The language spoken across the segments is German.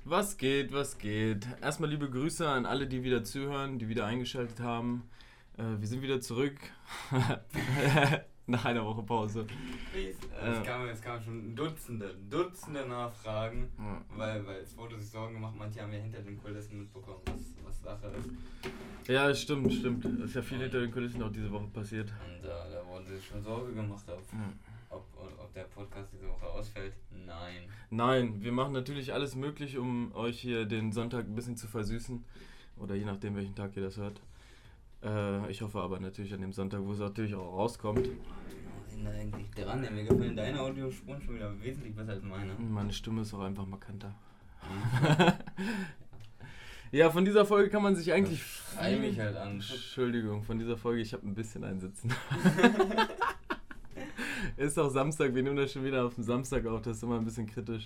Was geht, was geht? Erstmal liebe Grüße an alle, die wieder zuhören, die wieder eingeschaltet haben. Wir sind wieder zurück nach einer Woche Pause. Es kamen schon Dutzende Nachfragen, weil es wurde sich Sorgen gemacht, manche haben ja hinter den Kulissen mitbekommen, was Sache ist. Ja, stimmt. Es ist ja viel hinter den Kulissen auch diese Woche passiert. Und da wurden sich schon Sorge gemacht, ob der Podcast diese Woche ausfällt. Nein, wir machen natürlich alles möglich, um euch hier den Sonntag ein bisschen zu versüßen. Oder je nachdem, welchen Tag ihr das hört. Ich hoffe aber natürlich an dem Sonntag, wo es natürlich auch rauskommt. Wir sind da eigentlich dran, mir gefallen deine Audiospuren schon wieder wesentlich besser als meine. Meine Stimme ist auch einfach markanter. Ja, von dieser Folge kann man sich eigentlich... Schrei mich halt an. Entschuldigung, von dieser Folge, ich habe ein bisschen einsitzen. Ist auch Samstag, wir nehmen das schon wieder auf den Samstag auf, das ist immer ein bisschen kritisch.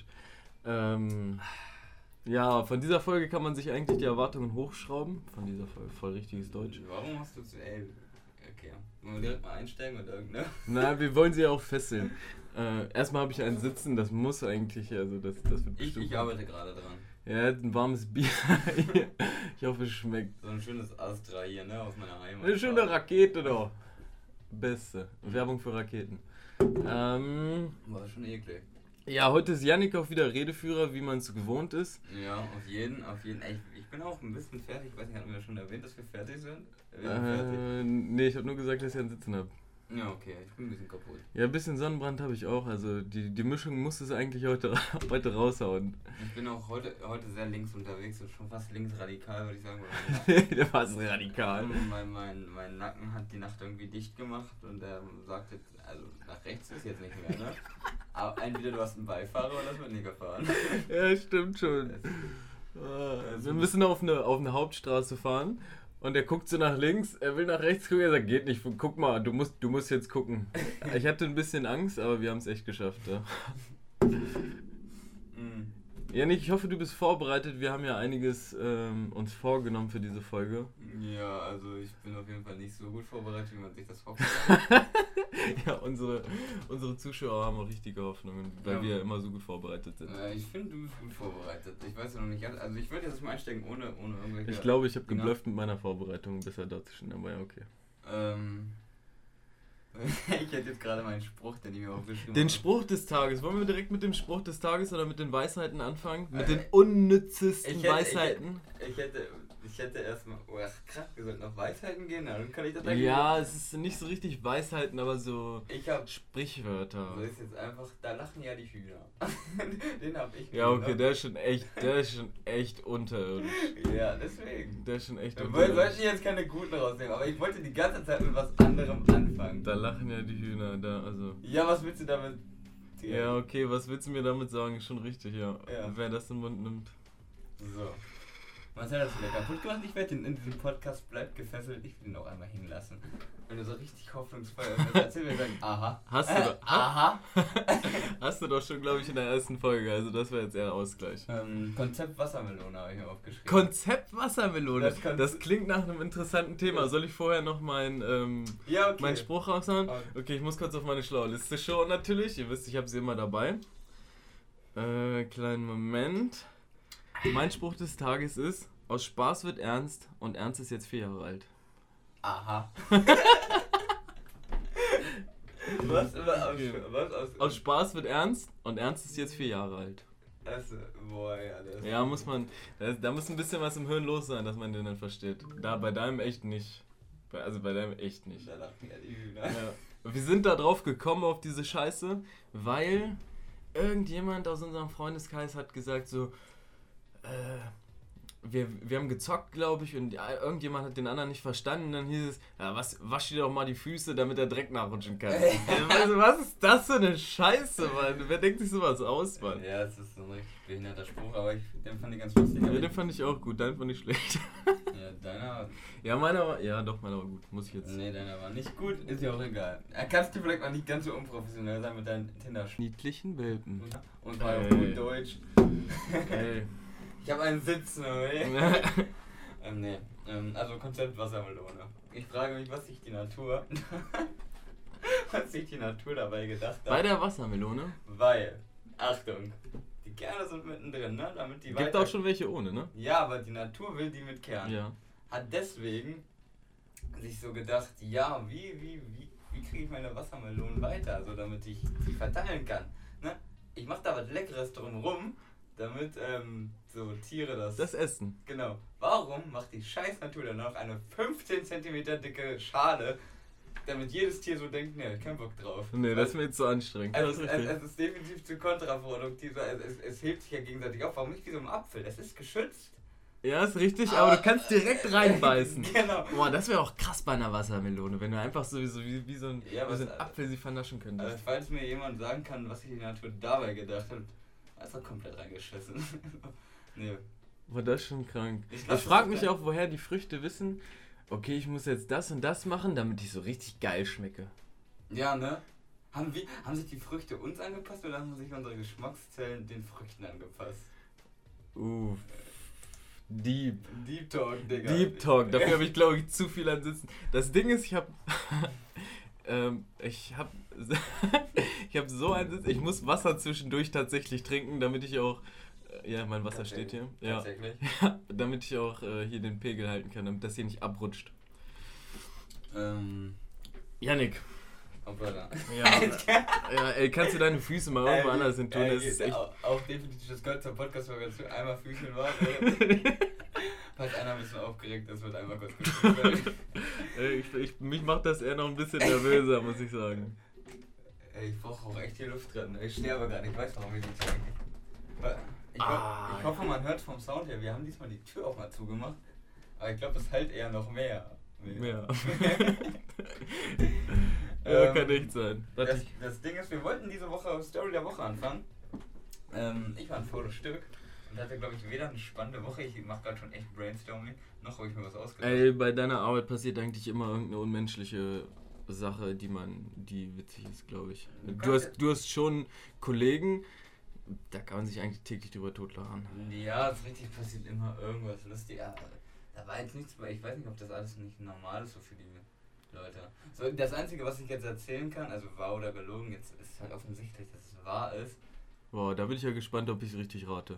Ja, von dieser Folge kann man sich eigentlich die Erwartungen hochschrauben. Von dieser Folge, voll richtiges Deutsch. Warum hast du okay. Wollen wir direkt mal einsteigen oder irgendeine? Na, wir wollen sie ja auch fesseln. Erstmal habe ich einen Sitzen, das muss eigentlich, also das wird bestimmt... Ich arbeite gerade dran. Ja, ein warmes Bier. Ich hoffe, es schmeckt. So ein schönes Astra hier, ne, aus meiner Heimat. Eine schöne Rakete doch. Beste. Werbung für Raketen. War schon eklig. Ja, heute ist Yannick auch wieder Redeführer, wie man es gewohnt ist. Ja, auf jeden. Ich bin auch ein bisschen fertig. Ich weiß nicht, hatten wir schon erwähnt, dass wir fertig sind? Nee, ich habe nur gesagt, dass ich einen Sitzen habe. Ja, okay, ich bin ein bisschen kaputt. Ja, ein bisschen Sonnenbrand habe ich auch. Also die Mischung muss es eigentlich heute raushauen. Ich bin auch heute sehr links unterwegs und schon fast linksradikal, würde ich sagen. Der war so radikal. Mein Nacken hat die Nacht irgendwie dicht gemacht und er sagt jetzt, also nach rechts ist jetzt nicht mehr, ne? Aber entweder du hast einen Beifahrer oder das wird nicht gefahren. Ja, stimmt schon. Wir müssen auf eine Hauptstraße fahren. Und er guckt so nach links, er will nach rechts gucken, er sagt, geht nicht, guck mal, du musst jetzt gucken. Ich hatte ein bisschen Angst, aber wir haben es echt geschafft. Ja. Janik, ich hoffe, du bist vorbereitet, wir haben ja einiges uns vorgenommen für diese Folge. Ja, also ich bin auf jeden Fall nicht so gut vorbereitet, wie man sich das vorstellt. Ja, unsere Zuschauer haben auch richtige Hoffnungen, weil wir immer so gut vorbereitet sind. Ich finde, du bist gut vorbereitet. Ich weiß ja noch nicht, also ich würde jetzt mal einsteigen ohne irgendwelche... Ich glaube, ich habe geblufft mit meiner Vorbereitung, bisher dazu schon, aber ja, okay. Ich hätte jetzt gerade meinen Spruch, den ich mir aufgeschrieben habe. Den Spruch des Tages. Wollen wir direkt mit dem Spruch des Tages oder mit den Weisheiten anfangen? Mit den unnützesten Weisheiten? Ich hätte erstmal... Oh, krass, wir sollten auf Weisheiten gehen, dann kann ich das eigentlich... Ja, es ist nicht so richtig Weisheiten, aber so Sprichwörter. So ist jetzt einfach, da lachen ja die Hühner. Den hab ich Ja, okay, der ist schon echt unterirdisch. Ja, deswegen. Der ist schon echt unterirdisch. Wir sollten jetzt keine guten rausnehmen, aber ich wollte die ganze Zeit mit was anderem anfangen. Da lachen ja die Hühner, also... Ja, was willst du damit... Ja, okay, was willst du mir damit sagen? Ist schon richtig, ja. Wer das in den Mund nimmt. So. Was hat das wieder kaputt gemacht? Ich werde in diesem Podcast bleibt gefesselt. Ich will ihn auch einmal hinlassen. Wenn du so richtig hoffnungsvoll erzähl mir sagen, aha. Hast du doch schon, glaube ich, in der ersten Folge. Also das wäre jetzt eher Ausgleich. Konzept Wassermelone habe ich mir aufgeschrieben. Konzept Wassermelone? Das klingt nach einem interessanten Thema. Soll ich vorher noch meinen Spruch raushauen? Okay, ich muss kurz auf meine schlaue Liste schauen natürlich. Ihr wisst, ich habe sie immer dabei. Kleinen Moment. Mein Spruch des Tages ist, aus Spaß wird Ernst und Ernst ist jetzt 4 Jahre alt. Aha. Was? Aus Spaß wird Ernst und Ernst ist jetzt 4 Jahre alt. Ja, muss man, da muss ein bisschen was im Hirn los sein, dass man den dann versteht. Da bei deinem echt nicht. Also bei deinem echt nicht. Da lachen ja die Hühner. Ja. Wir sind da drauf gekommen auf diese Scheiße, weil irgendjemand aus unserem Freundeskreis hat gesagt so, wir haben gezockt, glaube ich, und irgendjemand hat den anderen nicht verstanden. Und dann hieß es, ja, wasch dir doch mal die Füße, damit der Dreck nachrutschen kann. Also, was ist das für eine Scheiße, Mann? Wer denkt sich sowas aus, Mann? Ja, das ist so ein richtig behinderter Spruch, aber den fand ich ganz lustig. Ja, den fand ich auch gut, deinen fand ich schlecht. Ja, deiner... Ja, meiner war gut, muss ich jetzt... Nee, deiner war nicht gut, ist ja auch egal. Kannst du vielleicht mal nicht ganz so unprofessionell sein mit deinen Niedlichen Welpen. Und war auch gut Deutsch. Ey. Ich habe einen Sitz, also Konzept Wassermelone. Ich frage mich, was sich die Natur dabei gedacht hat. Bei der Wassermelone? Weil, Achtung, die Kerne sind mittendrin, ne? Damit die Gibt auch schon welche ohne, ne? Ja, aber die Natur will die mit Kern. Ja. Hat deswegen sich so gedacht, ja, wie kriege ich meine Wassermelonen weiter, so damit ich die verteilen kann. Ne? Ich mache da was Leckeres drumherum, damit so Tiere das essen. Genau. Warum macht die scheiß Natur dann noch eine 15 cm dicke Schale, damit jedes Tier so denkt, ne, kein Bock drauf. Nee, das ist mir jetzt so anstrengend. Es ist definitiv zu kontraproduktiv, es hebt sich ja gegenseitig auf. Warum nicht wie so ein Apfel? Es ist geschützt. Ja, ist richtig, aber du kannst direkt reinbeißen. Genau. Boah, das wäre auch krass bei einer Wassermelone, wenn du einfach sowieso wie so ein Apfel sie vernaschen könntest. Also falls mir jemand sagen kann, was sich die Natur dabei gedacht hat, ist er komplett reingeschissen. Nee. Boah, das ist schon krank. Ich frage mich auch, woher die Früchte wissen, okay, ich muss jetzt das und das machen, damit ich so richtig geil schmecke. Ja, ne? Haben sich die Früchte uns angepasst oder haben sich unsere Geschmackszellen den Früchten angepasst? Deep Talk, Digga. Deep Talk, dafür habe ich, glaube ich, zu viel an Sitzen. Das Ding ist, ich habe so einen Sitz, ich muss Wasser zwischendurch tatsächlich trinken, damit ich auch, mein Wasser steht hier. Ja. Tatsächlich? Ja, damit ich auch hier den Pegel halten kann, damit das hier nicht abrutscht. Yannick. Oh, Brother. Ja, ey, kannst du deine Füße mal irgendwo anders hin tun? Das ist echt... Auch definitiv das Gold zum Podcast, weil wir einmal Füßchen waren. Falls einer ein bisschen aufgeregt ist, wird einmal kurz gefühlt. Mich macht das eher noch ein bisschen nervöser, muss ich sagen. Ey, ich brauche auch echt hier Luft drin. Ich sterbe gerade, ich weiß, warum ich die trinke. Ich hoffe, man hört vom Sound her. Wir haben diesmal die Tür auch mal zugemacht. Aber ich glaube, es hält eher noch mehr. Ja, kann echt sein. Das Ding ist, wir wollten diese Woche Story der Woche anfangen. Ich war ein Fotostück und hatte, glaube ich, weder eine spannende Woche, ich mache gerade schon echt Brainstorming, noch habe ich mir was ausgedacht. Ey, bei deiner Arbeit passiert eigentlich immer irgendeine unmenschliche Sache, die witzig ist, glaube ich. Du hast schon Kollegen, da kann man sich eigentlich täglich drüber totlachen. Ja, es ist richtig, passiert immer irgendwas Lustiges. Ja, da war jetzt nichts, weil ich weiß nicht, ob das alles nicht normal ist so für die Leute. So, das Einzige, was ich jetzt erzählen kann, also wahr oder gelogen, jetzt ist halt offensichtlich, dass es wahr ist. Boah, da bin ich ja gespannt, ob ich es richtig rate.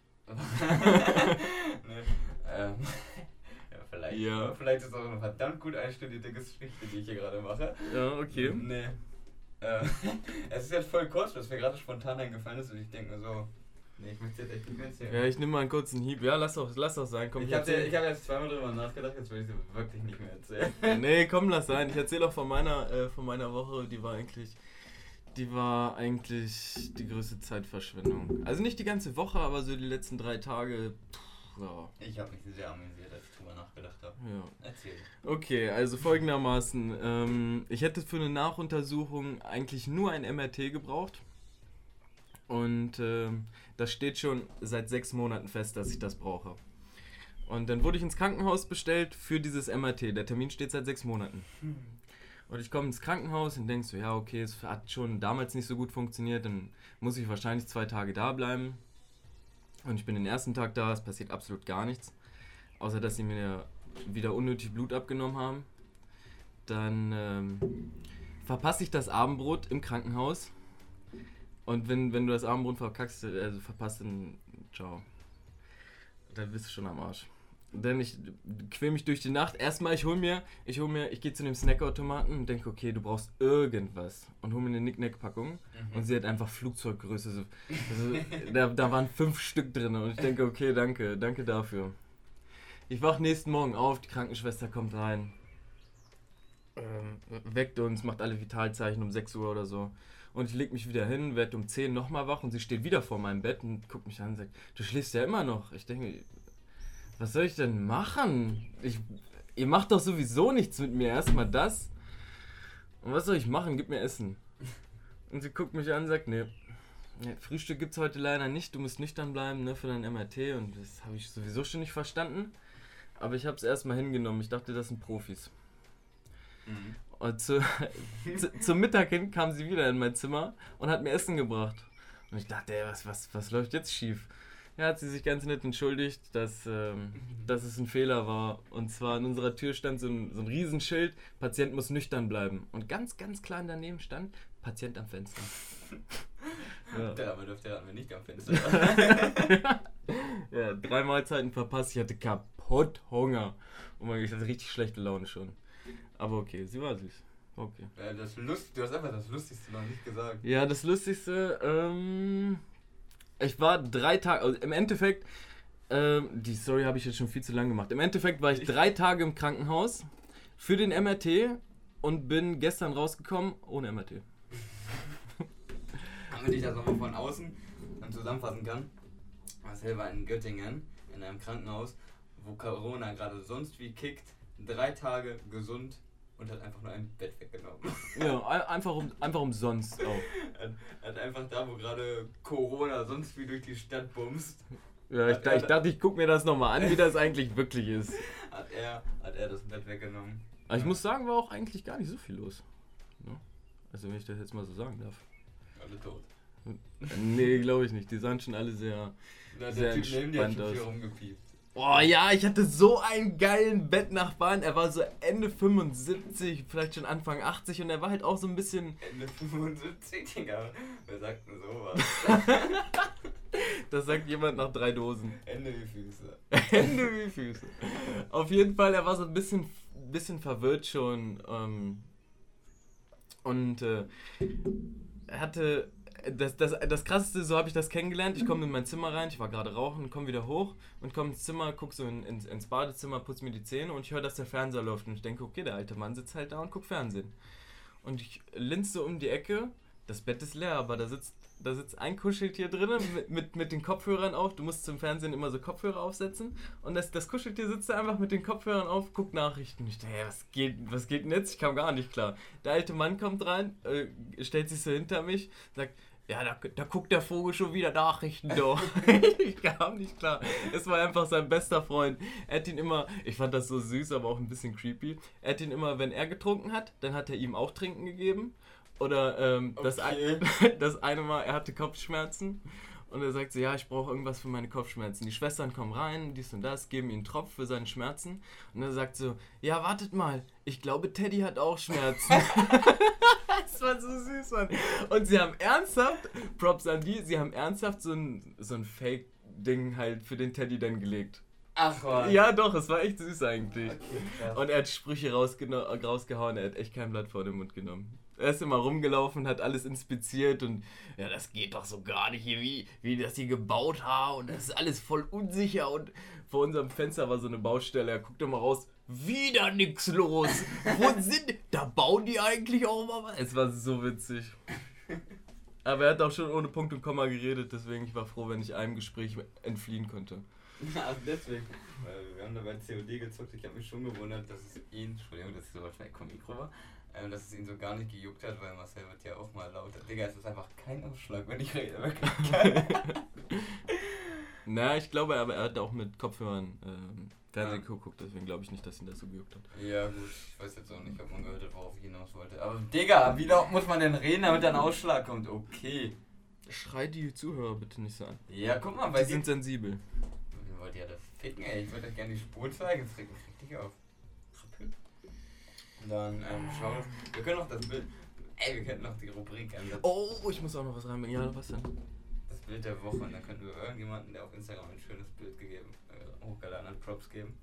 Ja, vielleicht. Ja. Vielleicht ist es auch eine verdammt gut einstudierte Geschichte, die ich hier gerade mache. Ja, okay. Nee. Es ist jetzt voll kurz, was mir gerade spontan eingefallen ist und ich denke mir so, nee, ich möchte jetzt echt nicht mehr erzählen. Ja, ich nehme mal einen kurzen Hieb. Ja, lass doch sein. Komm, ich hab jetzt zweimal drüber nachgedacht, jetzt will ich sie wirklich nicht mehr erzählen. Nee, komm, lass sein. Ich erzähle auch von meiner Woche, die war eigentlich die größte Zeitverschwendung. Also nicht die ganze Woche, aber so die letzten 3 Tage. Ja. Ich habe mich sehr amüsiert, als ich drüber nachgedacht habe. Ja. Erzähl. Okay, also folgendermaßen. Ich hätte für eine Nachuntersuchung eigentlich nur ein MRT gebraucht. Und das steht schon seit 6 Monaten fest, dass ich das brauche. Und dann wurde ich ins Krankenhaus bestellt für dieses MRT. Der Termin steht seit 6 Monaten. Und ich komme ins Krankenhaus und denke so, ja okay, es hat schon damals nicht so gut funktioniert, dann muss ich wahrscheinlich 2 Tage da bleiben. Und ich bin den ersten Tag da, es passiert absolut gar nichts. Außer, dass sie mir wieder unnötig Blut abgenommen haben. Dann verpasse ich das Abendbrot im Krankenhaus. Und wenn du das Abendbrot verpasst, dann ciao. Dann bist du schon am Arsch. Denn ich quäl mich durch die Nacht. Erstmal, ich gehe zu dem Snackautomaten und denke, okay, du brauchst irgendwas. Und hol mir eine Nick-Nack-Packung. Und sie hat einfach Flugzeuggröße. Also, da waren 5 Stück drin. Und ich denke, okay, danke dafür. Ich wach nächsten Morgen auf, die Krankenschwester kommt rein. Weckt uns, macht alle Vitalzeichen um 6 Uhr oder so. Und ich leg mich wieder hin, werde um 10 nochmal wach und sie steht wieder vor meinem Bett und guckt mich an und sagt, du schläfst ja immer noch. Ich denke, was soll ich denn machen? Ihr macht doch sowieso nichts mit mir, erstmal das. Und was soll ich machen? Gib mir Essen. Und sie guckt mich an und sagt, nee, Frühstück gibt's heute leider nicht, du musst nüchtern bleiben, ne, für dein MRT. Und das habe ich sowieso schon nicht verstanden. Aber ich habe es erstmal hingenommen, ich dachte, das sind Profis. Mhm. Und zum Mittag hin kam sie wieder in mein Zimmer und hat mir Essen gebracht. Und ich dachte, ey, was läuft jetzt schief? Ja, hat sie sich ganz nett entschuldigt, dass es ein Fehler war. Und zwar an unserer Tür stand so ein Riesenschild, Patient muss nüchtern bleiben. Und ganz, ganz klein daneben stand, Patient am Fenster. Ja. Der aber dürfte hatten wir nicht am Fenster. Ja, 3 Mahlzeiten verpasst, ich hatte kaputt Hunger. Oh mein Gott, ich hatte richtig schlechte Laune schon. Aber okay, sie war süß. Okay. Ja, du hast einfach das Lustigste noch nicht gesagt. Ja, das Lustigste, ich war 3 Tage, also im Endeffekt, die Story habe ich jetzt schon viel zu lang gemacht. Im Endeffekt war ich 3 Tage im Krankenhaus für den MRT und bin gestern rausgekommen ohne MRT. Damit ich das nochmal von außen dann zusammenfassen kann. Marcel war in Göttingen in einem Krankenhaus, wo Corona gerade sonst wie kickt, 3 Tage gesund und hat einfach nur ein Bett weggenommen. Ja, einfach umsonst auch. Hat einfach da, wo gerade Corona sonst wie durch die Stadt bumst. Ja, ich dachte, ich gucke mir das nochmal an, wie das eigentlich wirklich ist. Hat er das Bett weggenommen. Aber ich muss sagen, war auch eigentlich gar nicht so viel los. Ja? Also wenn ich das jetzt mal so sagen darf. Alle tot. Nee, glaube ich nicht. Die sahen schon alle sehr Der Typ neben dir hat entspannt schon aus. viel rumgepiept. Oh ja, ich hatte so einen geilen Bettnachbarn. Er war so Ende 75, vielleicht schon Anfang 80 und er war halt auch so ein bisschen... Ende 75, Digga. Wer sagt denn sowas? Das sagt jemand nach 3 Dosen. Ende wie Füße. Ende wie Füße. Auf jeden Fall, er war so ein bisschen verwirrt schon. Und er hatte... Das Krasseste, so habe ich das kennengelernt. Ich komme in mein Zimmer rein, ich war gerade rauchen, komme wieder hoch und komme ins Zimmer, gucke so ins Badezimmer, putze mir die Zähne und ich höre, dass der Fernseher läuft. Und ich denke, okay, der alte Mann sitzt halt da und guckt Fernsehen. Und ich linse so um die Ecke, das Bett ist leer, aber da sitzt ein Kuscheltier drin mit den Kopfhörern auf. Du musst zum Fernsehen immer so Kopfhörer aufsetzen. Und das Kuscheltier sitzt da einfach mit den Kopfhörern auf, guckt Nachrichten. Ich dachte, hey, was geht denn jetzt? Ich kam gar nicht klar. Der alte Mann kommt rein, stellt sich so hinter mich, sagt, ja, da guckt der Vogel schon wieder Nachrichten durch. Ich kam nicht klar. Es war einfach sein bester Freund. Er hat ihn immer, ich fand das so süß, aber auch ein bisschen creepy. Er hat ihn immer, wenn er getrunken hat, dann hat er ihm auch Trinken gegeben. Oder Okay. das eine Mal, er hatte Kopfschmerzen und er sagt so, ja, ich brauche irgendwas für meine Kopfschmerzen. Die Schwestern kommen rein, dies und das, geben ihm einen Tropf für seine Schmerzen und er sagt so, ja, wartet mal, ich glaube, Teddy hat auch Schmerzen. Das war so süß, Mann. Und sie haben ernsthaft, Props an die, sie haben ernsthaft so ein Fake-Ding halt für den Teddy dann gelegt. Ach was. Ja, doch, es war echt süß eigentlich. Okay, krass. Und er hat Sprüche rausgehauen, er hat echt kein Blatt vor den Mund genommen. Er ist immer rumgelaufen, hat alles inspiziert und ja, das geht doch so gar nicht hier, wie das hier gebaut haben und das ist alles voll unsicher und vor unserem Fenster war so eine Baustelle, er guckt immer raus, wieder nix los, da bauen die eigentlich auch mal was? Es war so witzig. Aber er hat auch schon ohne Punkt und Komma geredet, deswegen ich war froh, wenn ich einem Gespräch entfliehen konnte. Also deswegen, weil wir haben da bei COD gezockt, ich habe mich schon gewundert, dass es ihn, Entschuldigung, dass ich so wahrscheinlich vom Mikro war, dass es ihn so gar nicht gejuckt hat, weil Marcel wird ja auch mal lauter. Digga, es ist einfach kein Ausschlag, wenn ich rede, wirklich kein. Na, ich glaube, aber er hat auch mit Kopfhörern Fernsehen geguckt, deswegen glaube ich nicht, dass ihn das so gejuckt hat. Ja gut, ich weiß jetzt auch nicht, ob man gehört hat, worauf ich hinaus wollte. Aber Digga, wie laut muss man denn reden, damit ein Ausschlag kommt? Okay. Schrei die Zuhörer bitte nicht so an. Ja, guck mal, bei Die sind sensibel. Ihr wollt ja das ficken, ey. Ich würde euch gerne die Spur zeigen, das regt mich richtig auf. Und dann, schauen wir können noch das Bild. Ey, wir könnten noch die Rubrik an. Oh, ich muss auch noch was reinbringen. Ja, was denn? Das Bild der Woche. Und dann könnten wir irgendjemanden, der auf Instagram ein schönes Bild hochgeladen hat, Props geben.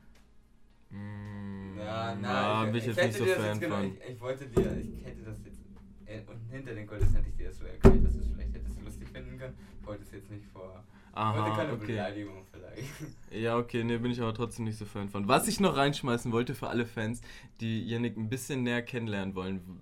Bin ich jetzt nicht so Fan von. Ich wollte dir, ich hätte das jetzt, und hinter den Gold hätte ich dir das so erklärt, dass du es vielleicht hättest lustig finden können. Ich wollte es jetzt nicht vor. Aha, keine okay. Beleidigung vielleicht. Ja, okay, nee, bin ich aber trotzdem nicht so Fan von. Was ich noch reinschmeißen wollte für alle Fans, die Yannick ein bisschen näher kennenlernen wollen.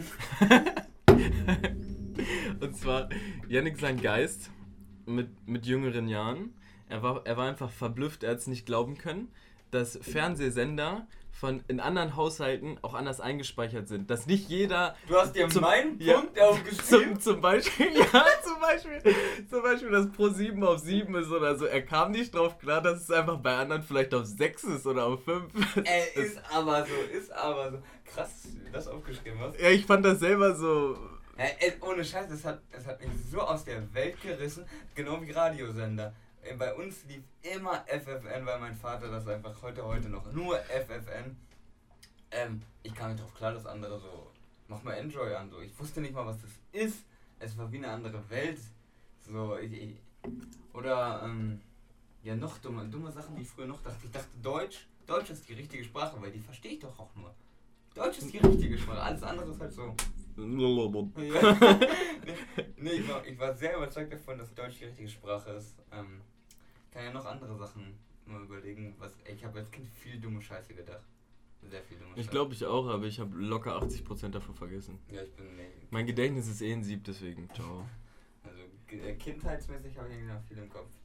Und zwar, Yannick ist ein Geist mit jüngeren Jahren. Er war einfach verblüfft, er hat es nicht glauben können, dass Fernsehsender in anderen Haushalten auch anders eingespeichert sind. Dass nicht jeder... Du hast dir meinen Punkt aufgeschrieben? Zum Beispiel, ja, zum Beispiel, dass Pro7 auf 7 ist oder so. Er kam nicht drauf klar, dass es einfach bei anderen vielleicht auf 6 ist oder auf 5. Ist aber so. Krass, wie du das aufgeschrieben hast. Ja, ich fand das selber so... Ohne Scheiß, es hat mich so aus der Welt gerissen, genau wie Radiosender. Bei uns lief immer FFN, weil mein Vater das einfach heute noch nur FFN. Ich kam nicht drauf klar, dass andere so, mach mal Enjoy an, so. Ich wusste nicht mal, was das ist. es war wie eine andere Welt. So, oder, ja, noch dumme Sachen, die ich früher noch dachte. Ich dachte, Deutsch ist die richtige Sprache, weil die verstehe ich doch auch nur. Deutsch ist die richtige Sprache, alles andere ist halt so. Ja. Nee, ich war sehr überzeugt davon, dass Deutsch die richtige Sprache ist. Kann ja noch andere Sachen mal überlegen. Ich habe als Kind viel dumme Scheiße gedacht. Sehr viel dumme Scheiße. Ich glaube ich auch, aber ich habe locker 80% davon vergessen. Ja, mein Gedächtnis ist ein Sieb, deswegen, ciao. Also kindheitsmäßig habe ich irgendwie noch viel im Kopf.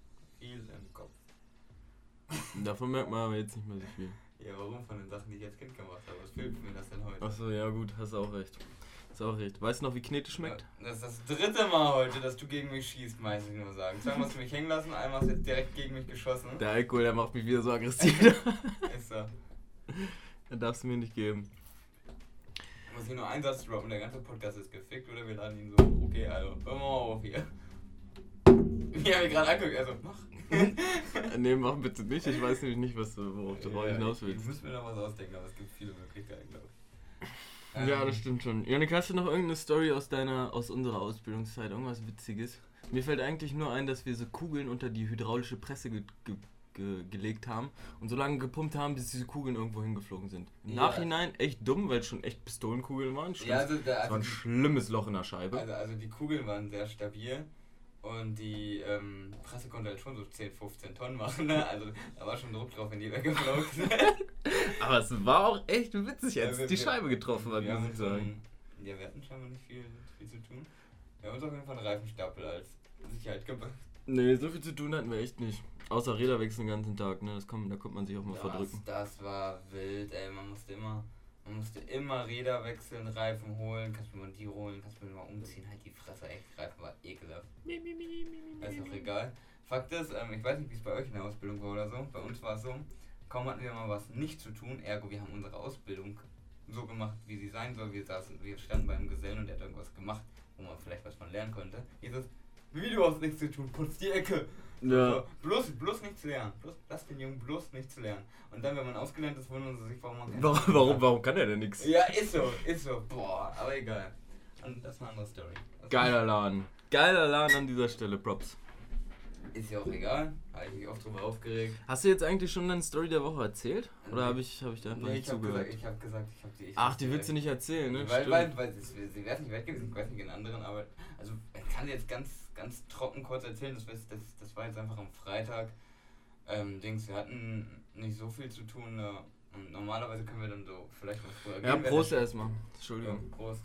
Davon merkt man aber jetzt nicht mehr so viel. Ja, warum? Von den Sachen, die ich als Kind gemacht habe. Was fehlt mir das denn heute? Achso, ja gut, hast auch recht. Weißt du noch, wie Knete schmeckt? Ja, das ist das 3. Mal heute, dass du gegen mich schießt, meist ich nur sagen. Zweimal hast du mich hängen lassen, einmal hast du jetzt direkt gegen mich geschossen. Der Alkohol, der macht mich wieder so aggressiv. Ist so. Den darfst du mir nicht geben. Ich muss hier nur einen Satz droppen, der ganze Podcast ist gefickt oder wir laden ihn so. Okay, also, hör mal auf hier. Ich habe mich gerade angeguckt, also, mach. Nee, mach bitte nicht, ich weiß nämlich nicht, worauf du hinaus willst. Ich muss mir noch was ausdenken, aber es gibt viele Möglichkeiten, glaube ich. Ja, das stimmt schon. Janik, hast du noch irgendeine Story aus unserer Ausbildungszeit, irgendwas Witziges? Mir fällt eigentlich nur ein, dass wir so Kugeln unter die hydraulische Presse gelegt haben und so lange gepumpt haben, bis diese Kugeln irgendwo hingeflogen sind. Im Nachhinein echt dumm, weil es schon echt Pistolenkugeln waren. Ja, also das war ein schlimmes Loch in der Scheibe. Also die Kugeln waren sehr stabil und die Presse konnte halt schon so 10, 15 Tonnen machen, ne? Also da war schon Druck drauf, wenn die weggeflogen sind. Aber es war auch echt witzig, als die Scheibe getroffen hat, muss ich sagen. Ja, wir hatten scheinbar nicht viel zu tun. Wir haben uns auf jeden Fall einen Reifenstapel als Sicherheit gemacht. Nee, so viel zu tun hatten wir echt nicht. Außer Räder wechseln den ganzen Tag, ne? Da konnte man sich auch mal verdrücken. Das war wild, ey. Man musste immer Räder wechseln, Reifen holen. Kannst du mal die holen, kannst du mal umziehen. Halt die Fresse, echt. Reifen war ekelhaft. Ist auch egal. Fakt ist, ich weiß nicht, wie es bei euch in der Ausbildung war oder so. Bei uns war es so, kaum hatten wir mal was nicht zu tun. Ergo, wir haben unsere Ausbildung so gemacht, wie sie sein soll. Wir standen beim Gesellen und der hat irgendwas gemacht, wo man vielleicht was von lernen konnte. Jesus, wie, du hast nichts zu tun, putz die Ecke. Ja. So, bloß nichts lernen. Lass den Jungen bloß nichts lernen. Und dann, wenn man ausgelernt ist, wundern sie sich, warum man... Warum kann er denn nichts? Ja, ist so. Boah, aber egal. Und das ist eine andere Story. Geiler Laden an dieser Stelle, Props. Ist ja auch egal, habe ich mich oft drüber aufgeregt. Hast du jetzt eigentlich schon deine Story der Woche erzählt? Oder habe ich da einfach nicht zugehört? Ich habe gesagt, ich habe die... Ach, die willst du nicht erzählen, ne? Weil sie werden nicht weggehen, ich weiß nicht in anderen, aber... Also, ich kann jetzt ganz trocken kurz erzählen, das war jetzt einfach am Freitag. Wir hatten nicht so viel zu tun, und normalerweise können wir dann so vielleicht mal früher gehen. Ja, Prost erstmal. Entschuldigung. Ja, Prost.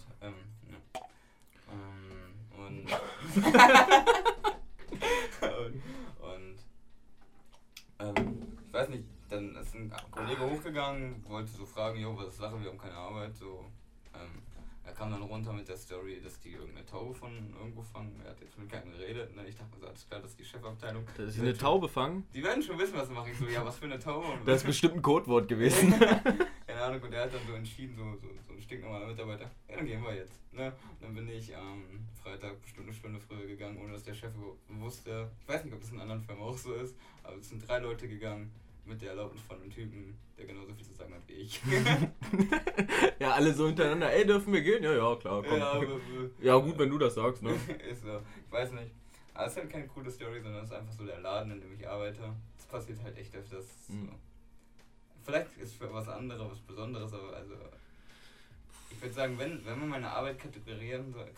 Ich weiß nicht, dann ist ein Kollege hochgegangen, wollte so fragen, jo, was ist Sache, wir haben keine Arbeit, so, er kam dann runter mit der Story, dass die irgendeine Taube von irgendwo fangen, er hat jetzt mit keinem geredet, ne? Ich dachte mir so, alles klar, das ist die Chefabteilung. Dass sie eine Taube fangen? Die werden schon wissen, was sie machen. Ich so, ja, was für eine Taube? Das ist bestimmt ein Codewort gewesen. Keine Ahnung, und er hat dann so entschieden, so ein stinknormaler Mitarbeiter, ja, dann gehen wir jetzt, ne? Und dann bin ich am Freitag eine Stunde früher gegangen, ohne dass der Chef wusste, ich weiß nicht, ob das in anderen Firmen auch so ist, aber es sind 3 Leute gegangen mit der Erlaubnis von einem Typen, der genauso viel zu sagen hat wie ich. Ja, alle so hintereinander, ey, dürfen wir gehen? Ja, klar, komm. Ja, gut, wenn du das sagst, ne? Ist so, ich weiß nicht. Aber es ist halt keine coole Story, sondern es ist einfach so der Laden, in dem ich arbeite. Es passiert halt echt öfters. So. Vielleicht ist für was anderes, was Besonderes, aber also... Ich würde sagen, wenn man meine Arbeit kategorisieren soll...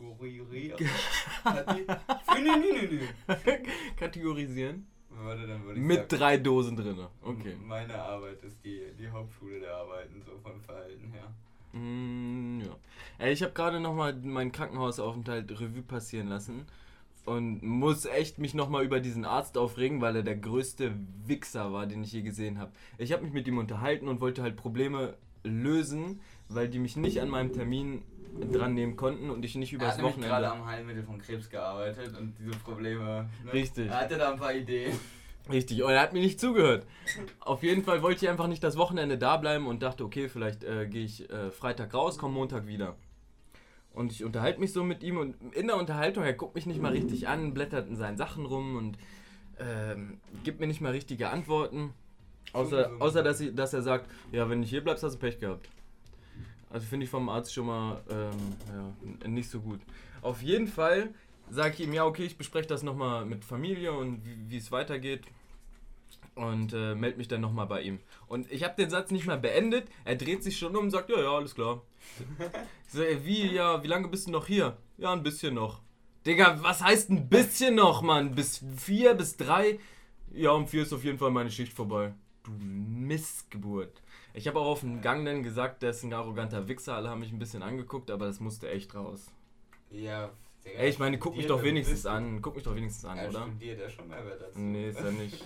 Kategorisieren? Dann würde ich mit sagen, 3 Dosen drin. Okay. Meine Arbeit ist die Hauptschule der Arbeiten, so vom Verhalten her. Ja. Ich habe gerade nochmal meinen Krankenhausaufenthalt Revue passieren lassen und muss echt mich nochmal über diesen Arzt aufregen, weil er der größte Wichser war, den ich je gesehen habe. Ich habe mich mit ihm unterhalten und wollte halt Probleme lösen, weil die mich nicht an meinem Termin dran nehmen konnten und ich nicht übers Wochenende... Er hat gerade am Heilmittel von Krebs gearbeitet und diese Probleme... Ne? Richtig. Er hatte da ein paar Ideen. Richtig, und er hat mir nicht zugehört. Auf jeden Fall wollte ich einfach nicht das Wochenende da bleiben und dachte, okay, vielleicht gehe ich Freitag raus, komme Montag wieder. Und ich unterhalte mich so mit ihm und in der Unterhaltung, er guckt mich nicht mal richtig an, blättert in seinen Sachen rum und gibt mir nicht mal richtige Antworten. Außer dass er sagt, ja, wenn du hier bleibst, hast du Pech gehabt. Also finde ich vom Arzt schon mal nicht so gut. Auf jeden Fall sage ich ihm, ja okay, ich bespreche das nochmal mit Familie und wie es weitergeht. Und melde mich dann nochmal bei ihm. Und ich habe den Satz nicht mal beendet. Er dreht sich schon um und sagt, ja, alles klar. Ich so, wie lange bist du noch hier? Ja, ein bisschen noch. Digga, was heißt ein bisschen noch, Mann? Bis 4, bis 3? Ja, um 4 ist auf jeden Fall meine Schicht vorbei. Du Missgeburt. Ich habe auch auf dem Gang dann gesagt, der ist ein arroganter Wichser. Alle haben mich ein bisschen angeguckt, aber das musste echt raus. Ja, Digga. Ey, ich meine, guck mich doch wenigstens an, ja, oder? Studiert er schon Mehrwert dazu. Nee, ist er nicht.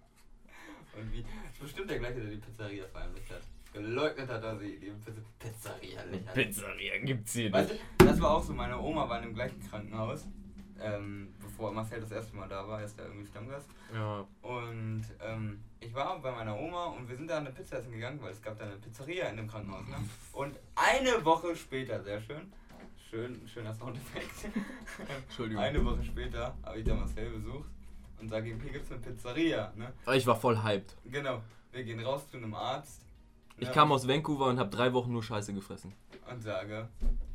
Und wie? Ist bestimmt der gleiche, der die Pizzeria verheimlicht hat. Geleugnet hat, dass sie die Pizzeria nicht hat. Pizzeria gibt's hier Weißt nicht. du, das war auch so, meine Oma war in dem gleichen Krankenhaus, bevor Marcel das erste Mal da war, ist der irgendwie Stammgast. Ja. Und ich war bei meiner Oma und wir sind da eine Pizza essen gegangen, weil es gab da eine Pizzeria in dem Krankenhaus. Ne? Und eine Woche später, sehr schöner Soundeffekt. Entschuldigung. Eine Woche später habe ich da Marcel besucht und sage ihm, hier gibt's eine Pizzeria. Ne? Ich war voll hyped. Genau, wir gehen raus zu einem Arzt. Ne? Ich kam aus Vancouver und habe 3 Wochen nur Scheiße gefressen. Und sage,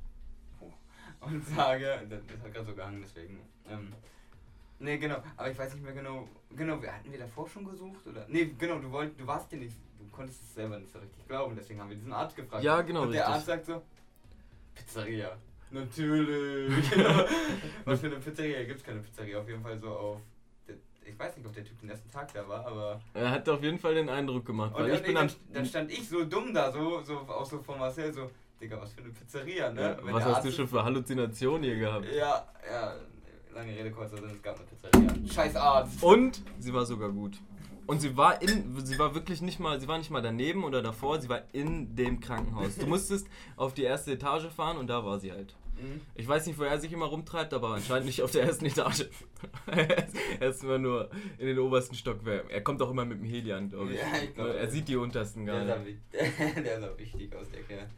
das hat gerade so gehangen, deswegen. Nee, genau, aber ich weiß nicht mehr genau, hatten wir davor schon gesucht, oder? Nee, genau, du warst ja nicht, du konntest es selber nicht so richtig glauben, deswegen haben wir diesen Arzt gefragt. Ja, genau, und der richtig. Arzt sagt so, Pizzeria. Natürlich. Was für eine Pizzeria? Gibt's keine Pizzeria, auf jeden Fall so auf, ich weiß nicht, ob der Typ den ersten Tag da war, aber... Er hat auf jeden Fall den Eindruck gemacht, weil dann stand ich so dumm da, auch so von Marcel, so, Digga, was für eine Pizzeria, ne? Ja, was hast du schon für Halluzinationen hier gehabt? Ja, lange Rede, kurzer Sinn, es gab eine Pizzeria. Scheiß Arzt! Und sie war sogar gut. Und sie war wirklich nicht mal daneben oder davor, sie war in dem Krankenhaus. Du musstest auf die erste Etage fahren und da war sie halt. Ich weiß nicht, wo er sich immer rumtreibt, aber anscheinend nicht auf der ersten Etage. Er ist immer nur in den obersten Stockwerken. Er kommt auch immer mit dem Heli an, glaube ich. Ja, ich glaub, er sieht die untersten gar nicht. Der ist auch wichtig aus der Kerl.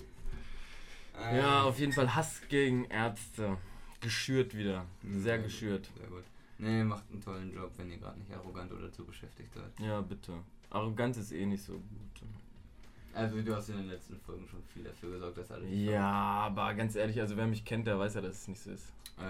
Ja, auf jeden Fall Hass gegen Ärzte. Geschürt wieder. Sehr geschürt. Sehr gut. Nee, macht einen tollen Job, wenn ihr gerade nicht arrogant oder zu beschäftigt seid. Ja, bitte. Arroganz ist eh nicht so gut. Also du hast in den letzten Folgen schon viel dafür gesorgt, dass alles... Ja, aber ganz ehrlich, also wer mich kennt, der weiß ja, dass es nicht so ist.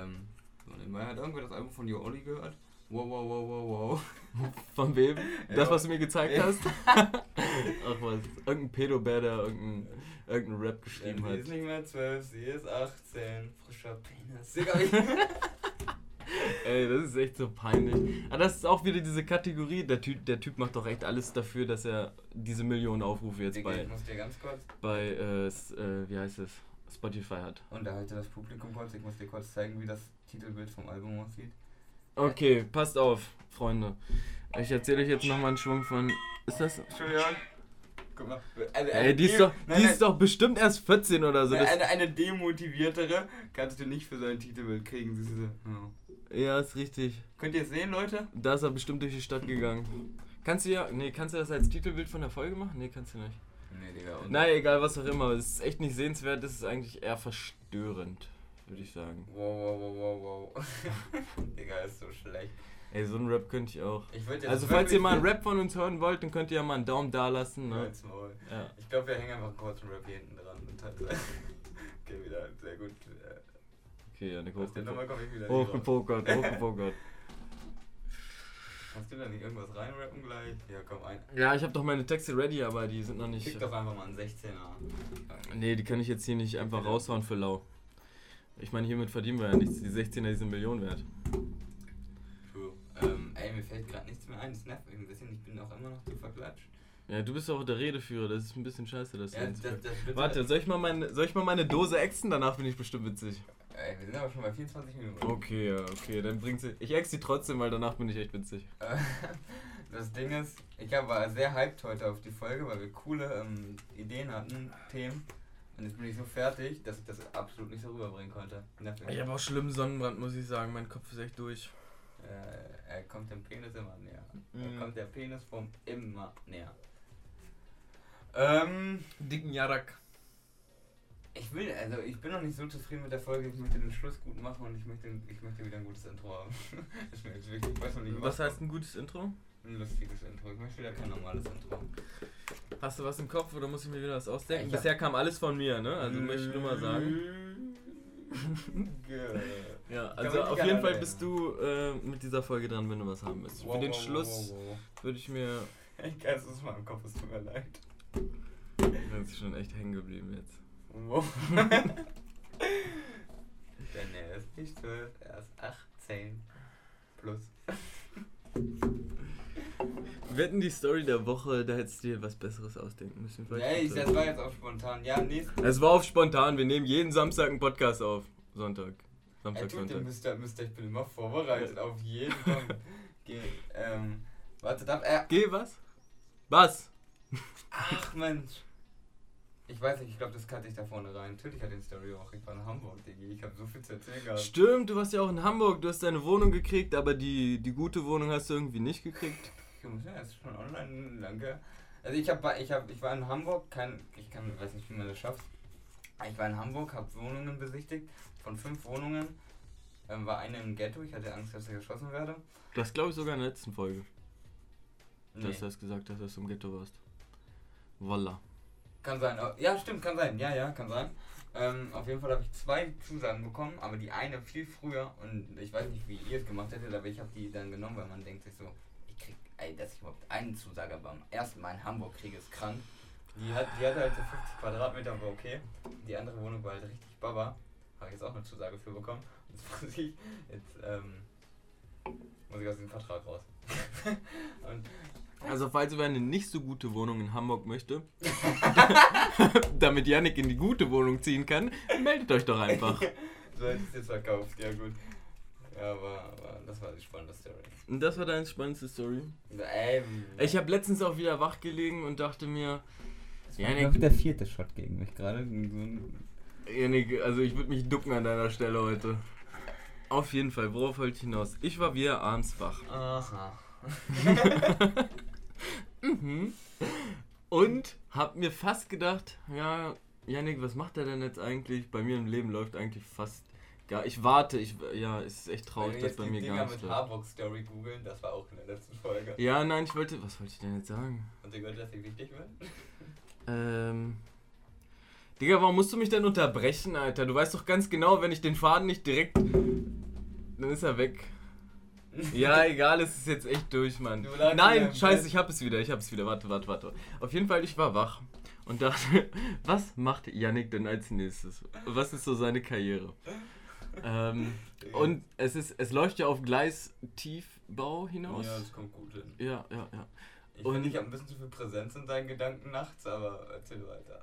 Hat irgendwer das Album von Yo Olli gehört? Wow. Von wem? Ja. Das, was du mir gezeigt hast? Ach was, irgendein Pedobär, der irgendein Rap geschrieben hat. Sie ist nicht mehr 12, sie ist 18, frischer Penis. Ey, das ist echt so peinlich. Aber das ist auch wieder diese Kategorie, der Typ macht doch echt alles dafür, dass er diese Millionen Aufrufe jetzt Ich muss dir ganz kurz... wie heißt es? Spotify hat. Unterhalte das Publikum kurz, ich muss dir kurz zeigen, wie das Titelbild vom Album aussieht. Okay, passt auf, Freunde. Ich erzähle euch jetzt nochmal einen Schwung von... Ist das... Entschuldigung. Guck mal. Die ist doch bestimmt erst 14 oder so. Eine demotiviertere kannst du nicht für sein Titelbild kriegen. Siehst du? Ja. Ja, ist richtig. Könnt ihr es sehen, Leute? Da ist er bestimmt durch die Stadt gegangen. Kannst du das als Titelbild von der Folge machen? Nee, kannst du nicht. Nee, Digga. Nein, egal, was auch immer. Es ist echt nicht sehenswert, das ist eigentlich eher verstörend, würde ich sagen. Wow. Digga, ist so schlecht. Ey, so einen Rap könnte ich auch. Also falls ihr mal einen Rap von uns hören wollt, dann könnt ihr ja mal einen Daumen da lassen. Ne? Ja. Ich glaube, wir hängen einfach einen kurzen Rap hier hinten dran. Und halt okay, wieder sehr gut. Okay, ja, eine hochgepokert. Kannst du da nicht irgendwas reinrappen gleich? Ja, komm, ein. Ja, ich habe doch meine Texte ready, aber die sind noch nicht... Schick doch einfach mal einen 16er. Nee, die kann ich jetzt hier nicht einfach raushauen für lau. Ich meine, hiermit verdienen wir ja nichts. Die 16er, die sind Millionen wert. True. Ey, mir fällt gerade nichts mehr ein. Das nervt mich ein bisschen. Ich bin auch immer noch zu verklatscht. Ja, du bist auch der Redeführer. Das ist ein bisschen scheiße, dass ja, du... Warte, soll ich mal meine Dose exen? Danach bin ich bestimmt witzig. Ey, wir sind aber schon bei 24 Minuten. Okay, dann bringt sie... Ich ex sie trotzdem, weil danach bin ich echt witzig. Das Ding ist, ich war sehr hyped heute auf die Folge, weil wir coole Ideen hatten, Themen. Und jetzt bin ich so fertig, dass ich das absolut nicht so rüberbringen konnte. Ich habe auch schlimmen Sonnenbrand, muss ich sagen. Mein Kopf ist echt durch. Er kommt dem Penis immer näher. Er kommt der Penisform immer näher. Dicken Jarak. Ich bin noch nicht so zufrieden mit der Folge, ich möchte den Schluss gut machen und ich möchte wieder ein gutes Intro haben. Das ist mir jetzt wirklich, ich weiß noch nicht, was heißt ein gutes Intro? Ein lustiges Intro, ich möchte wieder kein normales Intro. Hast du was im Kopf oder muss ich mir wieder was ausdenken? Bisher kam alles von mir, ne? Also möchte ich nur mal sagen. Ja, also auf jeden Fall bist du mit dieser Folge dran, wenn du was haben willst. Für den Schluss würde ich mir... Ich kann es mal im Kopf, es tut mir leid. Das ist schon echt hängen geblieben jetzt. Denn er ist nicht 12, er ist 18 plus. Wir hätten die Story der Woche, da hättest du dir was Besseres ausdenken müssen. Das war jetzt auch spontan. Ja, es war auf spontan, wir nehmen jeden Samstag einen Podcast auf. Sonntag, Sonntag. Müsst ihr, ich bin immer vorbereitet auf jeden Punkt. Warte, Geh, was? Was? Ach Mensch. Ich weiß nicht, ich glaube, das kannte ich da vorne rein. Natürlich hat den Story auch. Ich war in Hamburg, Diggi. Ich habe so viel zu erzählen gehabt. Stimmt, du warst ja auch in Hamburg. Du hast deine Wohnung gekriegt, aber die gute Wohnung hast du irgendwie nicht gekriegt. Ja, ist schon online, danke. Also ich war in Hamburg, weiß nicht, wie man das schafft. Ich war in Hamburg, habe Wohnungen besichtigt. Von 5 Wohnungen war eine im Ghetto. Ich hatte Angst, dass ich erschossen werde. Das glaube ich sogar in der letzten Folge. Nee. Dass du das gesagt hast, dass du im Ghetto warst. Voila. Kann sein. Ja, stimmt, kann sein. Ja, kann sein. Auf jeden Fall habe ich 2 Zusagen bekommen, aber die eine viel früher. Und ich weiß nicht, wie ihr es gemacht hättet, aber ich habe die dann genommen, weil man denkt sich so, dass ich überhaupt eine Zusage beim ersten Mal in Hamburg kriege, ist krank. Die hatte halt so 50 Quadratmeter, aber okay. Die andere Wohnung war halt richtig baba. Habe ich jetzt auch eine Zusage für bekommen. Jetzt muss ich aus dem Vertrag raus. Und also falls wer eine nicht so gute Wohnung in Hamburg möchte, damit Yannick in die gute Wohnung ziehen kann, meldet euch doch einfach. So hätte ich es jetzt verkauft, ja gut. Ja, aber das war die spannende Story. Und das war deine spannendste Story? Ich habe letztens auch wieder wach gelegen und dachte mir, Yannick, der 4. Shot gegen mich gerade. Yannick, also ich würde mich ducken an deiner Stelle heute. Auf jeden Fall, worauf wollte ich hinaus? Ich war wieder abends wach. Aha. Und hab mir fast gedacht, ja, Yannick, was macht er denn jetzt eigentlich? Bei mir im Leben läuft eigentlich fast gar. Ich warte, es ist echt traurig, dass bei mir gar nichts läuft. Mit Harburg Story googeln, das war auch in der letzten Folge. Ja, nein, was wollte ich denn jetzt sagen? Und ihr wollt, dass ich wichtig bin? Digga, warum musst du mich denn unterbrechen, Alter? Du weißt doch ganz genau, wenn ich den Faden nicht direkt... Dann ist er weg. Ja, egal, es ist jetzt echt durch, Mann. Nein, scheiße, ich hab es wieder. Warte. Auf jeden Fall, ich war wach und dachte, was macht Yannick denn als nächstes? Was ist so seine Karriere? Und es läuft ja auf Gleistiefbau hinaus. Ja, das kommt gut hin. Ja. Ich finde, ich habe ein bisschen zu viel Präsenz in deinen Gedanken nachts, aber erzähl weiter.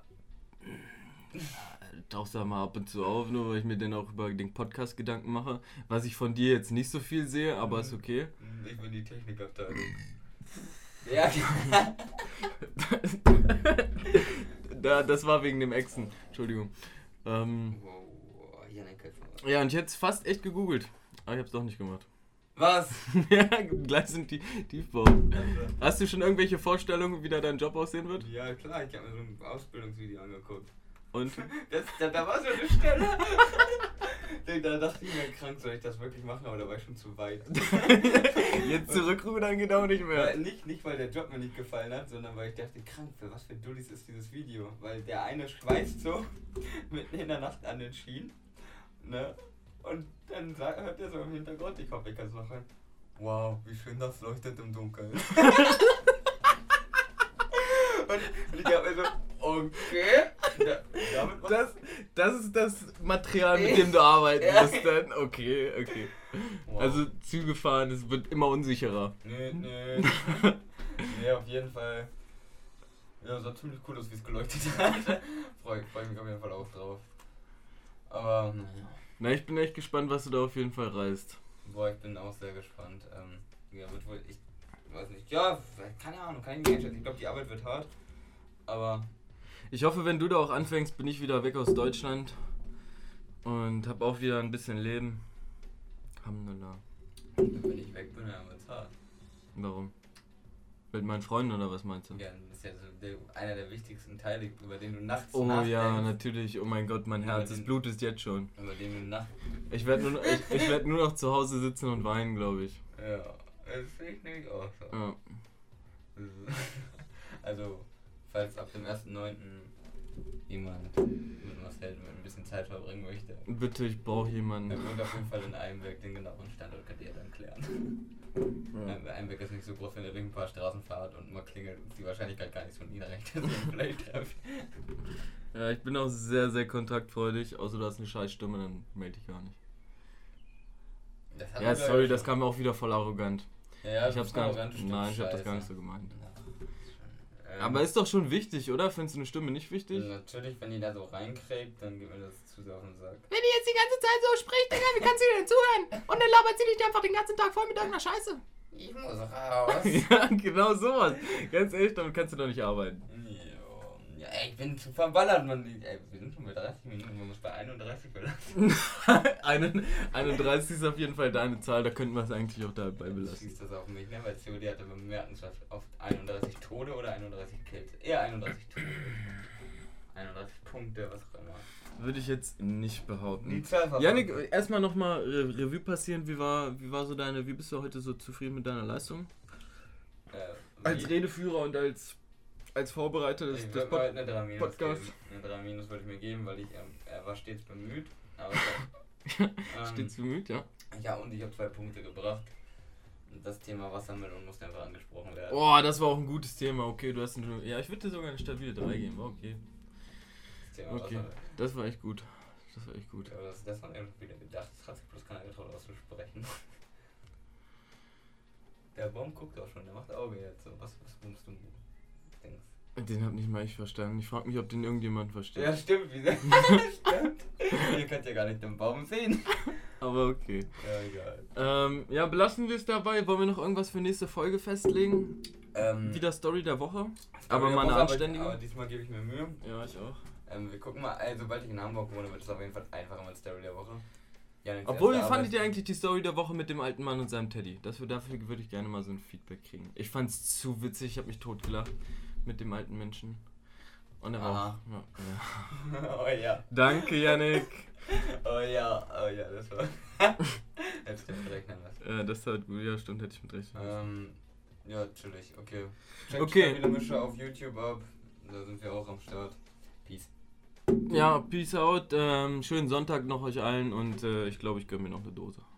Tauchst da mal ab und zu auf, nur weil ich mir dann auch über den Podcast Gedanken mache. Was ich von dir jetzt nicht so viel sehe, aber ist okay. Ich bin die Technikabteilung. Ja. Das war wegen dem Exen. Entschuldigung. Ja, und ich hätte es fast echt gegoogelt. Aber ich hab's doch nicht gemacht. Was? Ja, gleich sind die Tiefbau. Hast du schon irgendwelche Vorstellungen, wie da dein Job aussehen wird? Ja, klar, ich habe mir so ein Ausbildungsvideo angeguckt. Und? Da war so eine Stelle. Da dachte ich mir, krank, soll ich das wirklich machen, aber da war ich schon zu weit. Jetzt zurückrudern geht auch nicht mehr. Nicht, weil der Job mir nicht gefallen hat, sondern weil ich dachte, krank, für was für Dullis ist dieses Video? Weil der eine schweißt so mitten in der Nacht an den Schienen, ne? Und dann hört er so im Hintergrund, ich hoffe, ich kann es noch hören. Wow, wie schön das leuchtet im Dunkeln. Und ich hab mir so, okay. Das ist das Material, mit dem du arbeiten musst dann. Okay. Wow. Also Züge fahren, es wird immer unsicherer. Nee, auf jeden Fall. Ja, sah ziemlich cool aus, wie es geleuchtet hat. Freu ich mich auf jeden Fall auch drauf. Aber, naja. Na, ich bin echt gespannt, was du da auf jeden Fall reißt. Boah, ich bin auch sehr gespannt. Wird wohl, ich weiß nicht, ja, keine Ahnung, kann ich nicht einschätzen. Ich glaube, die Arbeit wird hart, aber... Ich hoffe, wenn du da auch anfängst, bin ich wieder weg aus Deutschland und hab auch wieder ein bisschen Leben. Alhamdulillah. Wenn ich weg bin, dann wird's hart. Warum? Mit meinen Freunden oder was meinst du? Ja, das ist ja so einer der wichtigsten Teile, über den du nachts nachdenkst. Ja, natürlich. Oh mein Gott, mein Herz, das blutet jetzt schon. Über den du nachts... Ich werde nur noch zu Hause sitzen und weinen, glaube ich. Ja, das sehe ich nämlich auch so. Ja. Also, falls ab dem 1.9. jemand mit Marcel mit ein bisschen Zeit verbringen möchte. Bitte, ich brauche jemanden. Er wohnt auf jeden Fall in Einbeck, den genauen Standort könnt ihr dann klären. Ja. Einbeck ist nicht so groß, wenn ihr durch ein paar Straßen fahrt und mal klingelt, ist die Wahrscheinlichkeit gar nicht so niedrig, dass ihr ihn vielleicht trefft. Ja, ich bin auch sehr, sehr kontaktfreudig, außer du hast eine scheiß Stimme, dann melde ich gar nicht. Ja, sorry, das kam mir auch wieder voll arrogant. Ja, ich hab's gar nicht. Nein, ich hab das gar nicht so gemeint. Aber ist doch schon wichtig, oder? Findest du eine Stimme nicht wichtig? Natürlich, wenn die da so reinkriegt, dann geht mir das zu sehr auf den Sack. Wenn die jetzt die ganze Zeit so spricht, Digga, wie kannst du denn zuhören? Und dann labert sie dich einfach den ganzen Tag voll mit irgendeiner Scheiße. Ich muss raus. Ja, genau sowas. Ganz ehrlich, damit kannst du doch nicht arbeiten. Ja, ey, ich bin zu verballert, Mann. Ey, wir sind schon bei 30 Minuten, wir müssen bei 31 belassen. 31 ist auf jeden Fall deine Zahl, da könnten wir es eigentlich auch dabei belassen. Schießt das auf mich, ne? Weil COD hatte bemerkenswert oft 31 Tode oder 31 Kills. Eher 31 Tode. 31 Punkte, was auch immer. Würde ich jetzt nicht behaupten. Die Zahl Yannick, erstmal nochmal Revue passieren, wie bist du heute so zufrieden mit deiner Leistung? Als Redeführer und als Vorbereiter des Podcasts. Eine 3- Podcasts. Eine 3- würde ich mir geben, weil er war stets bemüht. Aber stets bemüht, ja. Ja, und ich habe 2 Punkte gebracht. Und das Thema Wassermelone musste einfach angesprochen werden. Oh, das war auch ein gutes Thema. Okay, du hast ja, ich würde dir sogar eine stabile 3 geben. Okay. Das Thema okay, das war echt gut. Das war echt gut. Ja, das war irgendwie wieder gedacht. Das hat sich bloß keiner getraut auszusprechen. Der Baum guckt auch schon, der macht Auge jetzt. So, was musst du denkst? Den hab nicht mal ich verstanden. Ich frage mich, ob den irgendjemand versteht. Ja, stimmt. Stimmt. Ihr könnt ja gar nicht den Baum sehen. Aber okay. Ja, egal. Ja, belassen wir es dabei. Wollen wir noch irgendwas für nächste Folge festlegen? Wieder Story der Woche. Aber mal eine anständige. Aber diesmal gebe ich mir Mühe. Ja, ich auch. Wir gucken mal, sobald ich in Hamburg wohne, wird es auf jeden Fall einfacher mit Story der Woche. Obwohl, wie fandet ihr eigentlich die Story der Woche mit dem alten Mann und seinem Teddy? Dafür würde ich gerne mal so ein Feedback kriegen. Ich fand's zu witzig, ich habe mich totgelacht mit dem alten Menschen. Und er war auch. Ja. Oh ja. Danke, Yannick. Oh ja, das war. Hättest du mit rechnen lassen. Das hat gut, ja stimmt, hätte ich mit rechnen. Ja, natürlich, okay. Okay. Wieder Mische auf YouTube ab. Da sind wir auch am Start. Peace. Ja, peace out. Schönen Sonntag noch euch allen und ich glaube, ich gönne mir noch eine Dose.